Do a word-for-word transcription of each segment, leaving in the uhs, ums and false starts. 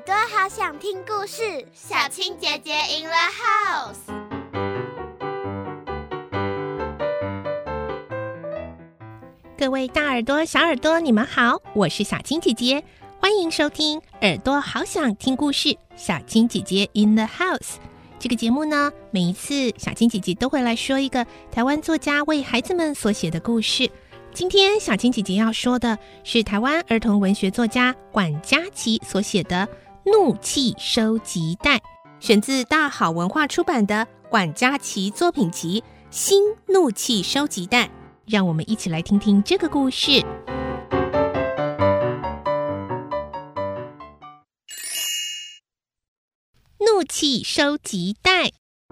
朵好想听故事， 小青姐姐 in the house。 各位大耳朵小耳朵你们好，我是小青姐姐，欢迎收听耳朵好想听故事，小青姐姐 in the house。 这个节目呢，每一次小青姐姐都会来说一个台湾作家为孩子们所写的故事。今天小青姐姐要说的是台湾儿童文学作家管家琪所写的《怒气收集袋》，选自大好文化出版的管家琪作品集《新怒气收集袋》。让我们一起来听听这个故事。怒气收集袋。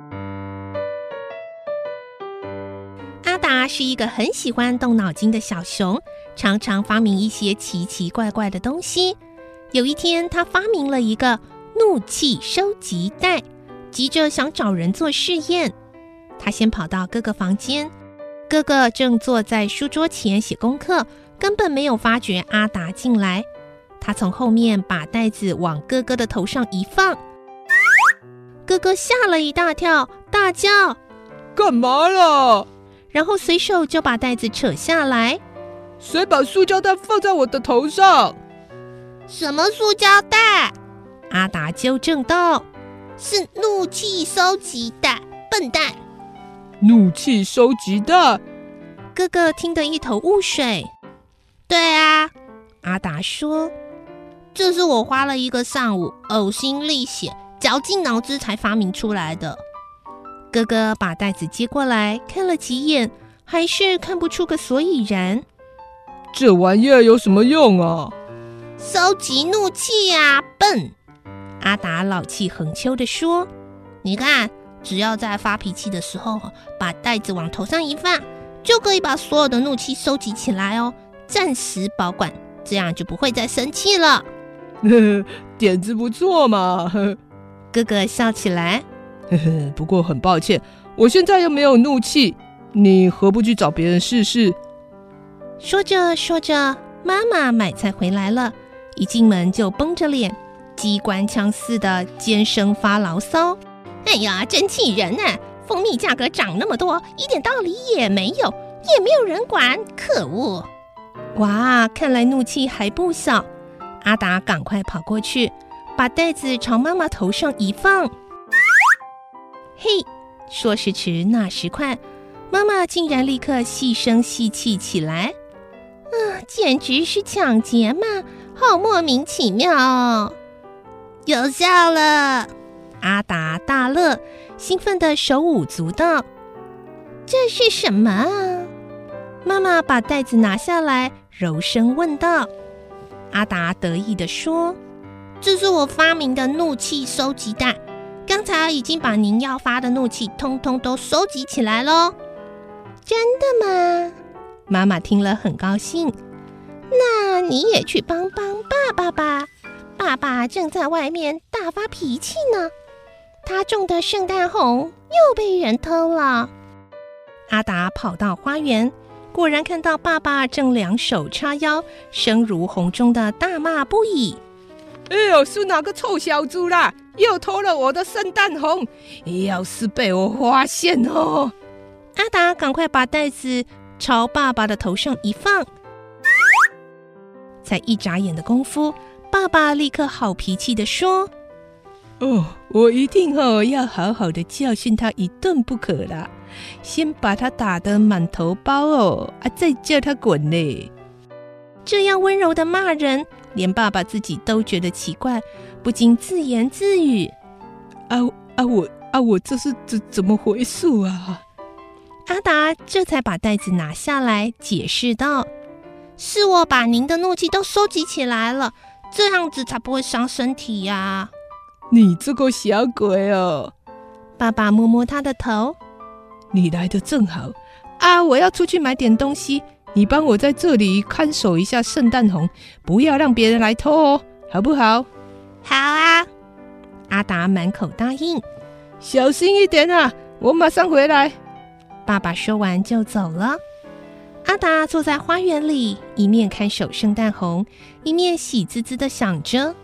阿达是一个很喜欢动脑筋的小熊，常常发明一些奇奇怪怪的东西。有一天，他发明了一个怒气收集袋，急着想找人做试验。他先跑到哥哥房间，哥哥正坐在书桌前写功课，根本没有发觉阿达进来。他从后面把袋子往哥哥的头上一放，哥哥吓了一大跳，大叫： 干嘛了？ 然后随手就把袋子扯下来。 谁把塑胶袋放在我的头上？ 什么塑胶袋？ 阿达纠正道： 是怒气收集袋，笨蛋！ 怒气收集袋。 哥哥听得一头雾水。 对啊， 阿达说， 这是我花了一个上午呕心沥血绞尽脑汁才发明出来的。 哥哥把袋子接过来看了几眼，还是看不出个所以然。 这玩意儿有什么用啊？ 收集怒气啊，笨！ 阿达老气横秋地说， 你看，只要在发脾气的时候把袋子往头上一放，就可以把所有的怒气收集起来哦，暂时保管，这样就不会再生气了。 点子不错嘛。 哥哥笑起来。 不过很抱歉，我现在又没有怒气，你何不去找别人试试？ 说着说着，妈妈买菜回来了，一进门就绷着脸，机关枪似的尖声发牢骚。 哎呀，真气人啊！蜂蜜价格涨那么多，一点道理也没有，也没有人管，可恶！ 哇，看来怒气还不小。阿达赶快跑过去，把袋子朝妈妈头上一放。嘿，说时迟那时快，妈妈竟然立刻细声细气起来。 啊，简直是抢劫嘛，好莫名其妙哦！有效了！ 阿达大乐，兴奋地手舞足蹈。 这是什么啊？ 妈妈把袋子拿下来，柔声问道。阿达得意地说， 这是我发明的怒气收集袋，刚才已经把您要发的怒气通通都收集起来咯。真的吗？ 妈妈听了很高兴。 那你也去帮帮爸爸吧，爸爸正在外面大发脾气呢，他种的圣诞红又被人偷了。 阿达跑到花园，果然看到爸爸正两手叉腰，声如洪钟的大骂不已。 哎呦，是哪个臭小子啦，又偷了我的圣诞红，要是被我发现哦！ 阿达赶快把袋子朝爸爸的头上一放。才一眨眼的功夫，爸爸立刻好脾气地说， 哦，我一定哦要好好的教训他一顿不可啦，先把他打得满头包哦，啊，再叫他滚嘞。 这样温柔的骂人，连爸爸自己都觉得奇怪，不禁自言自语： 啊啊我啊我这是怎怎么回事啊？ 阿达这才把袋子拿下来，解释道： 是我把您的怒气都收集起来了，这样子才不会伤身体呀、啊。 你这个小鬼哦！ 爸爸摸摸他的头， 你来得正好啊！我要出去买点东西，你帮我在这里看守一下圣诞红，不要让别人来偷哦，好不好？ 好啊！ 阿达满口答应。 小心一点啊，我马上回来。 爸爸说完就走了。阿达坐在花园里，一面看守圣诞红，一面喜滋滋地想着：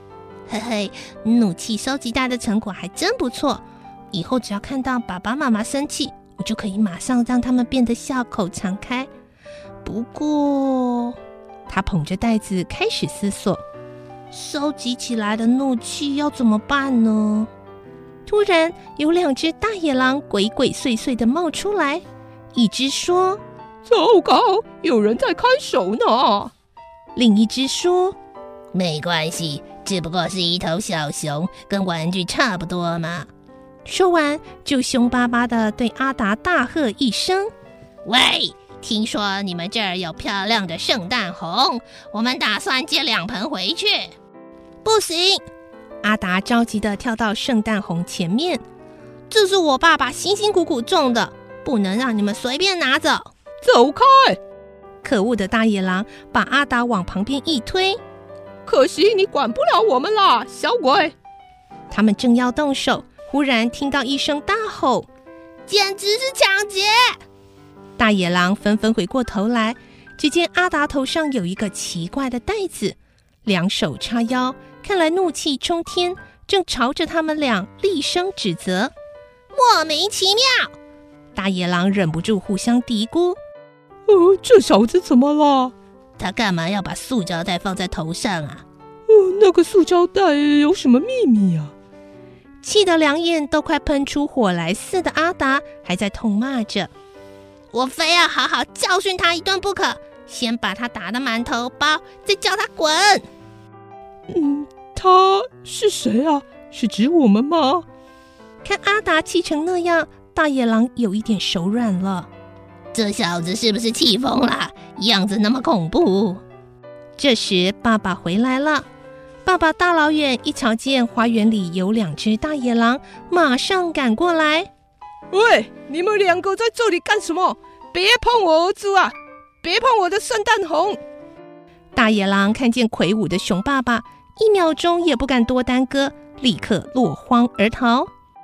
嘿嘿，怒气收集袋的成果还真不错。以后只要看到爸爸妈妈生气，我就可以马上让他们变得笑口常开。不过，他捧着袋子开始思索，收集起来的怒气要怎么办呢？突然，有两只大野狼鬼鬼祟祟地冒出来，一只说：“ 糟糕，有人在看守呢。” 另一只说：“ 没关系，只不过是一头小熊，跟玩具差不多嘛。” 说完，就凶巴巴地对阿达大喝一声：“ 喂，听说你们这儿有漂亮的圣诞红，我们打算接两盆回去。” 不行！阿达着急地跳到圣诞红前面，这是我爸爸辛辛苦苦种的，不能让你们随便拿走。 走开！ 可恶的大野狼把阿达往旁边一推。 可惜你管不了我们啦，小鬼！ 他们正要动手，忽然听到一声大吼， 简直是抢劫！ 大野狼纷纷回过头来，只见阿达头上有一个奇怪的袋子，两手叉腰，看来怒气冲天，正朝着他们俩厉声指责。 莫名其妙！ 大野狼忍不住互相嘀咕： 哦，这小子怎么了？ 他干嘛要把塑胶袋放在头上啊？ 哦，那个塑胶袋有什么秘密啊？ 气得两眼都快喷出火来似的阿达还在痛骂着： 我非要好好教训他一顿不可，先把他打得满头包，再叫他滚。 嗯，他是谁啊？是指我们吗？ 看阿达气成那样，大野狼有一点手软了。 这小子是不是气疯了？样子那么恐怖。 这时爸爸回来了，爸爸大老远一瞧见花园里有两只大野狼，马上赶过来。 喂，你们两个在这里干什么？别碰我儿子啊！别碰我的圣诞红！ 大野狼看见魁梧的熊爸爸，一秒钟也不敢多耽搁，立刻落荒而逃。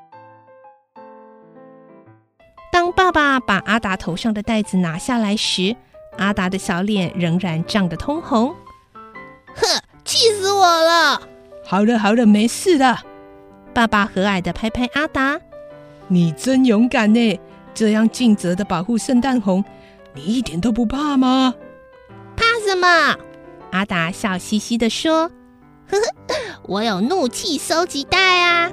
当爸爸把阿达头上的袋子拿下来时，阿达的小脸仍然涨得通红。 呵，气死我了！ 好了好了，没事的。 爸爸和蔼地拍拍阿达： 你真勇敢呢，这样尽责地保护圣诞红，你一点都不怕吗？ 怕什么？ 阿达笑嘻嘻地说： 呵呵，我有怒气收集袋啊！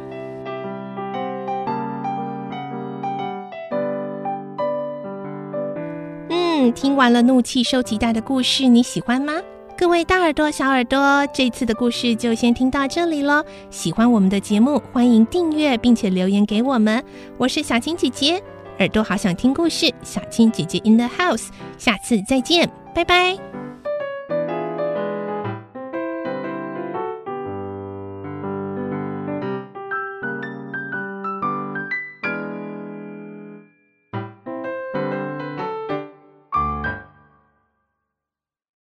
嗯，听完了怒气收集袋的故事，你喜欢吗？各位大耳朵小耳朵，这次的故事就先听到这里咯。喜欢我们的节目，欢迎订阅并且留言给我们。我是小青姐姐，耳朵好想听故事，小青姐姐 in the house， 下次再见，拜拜。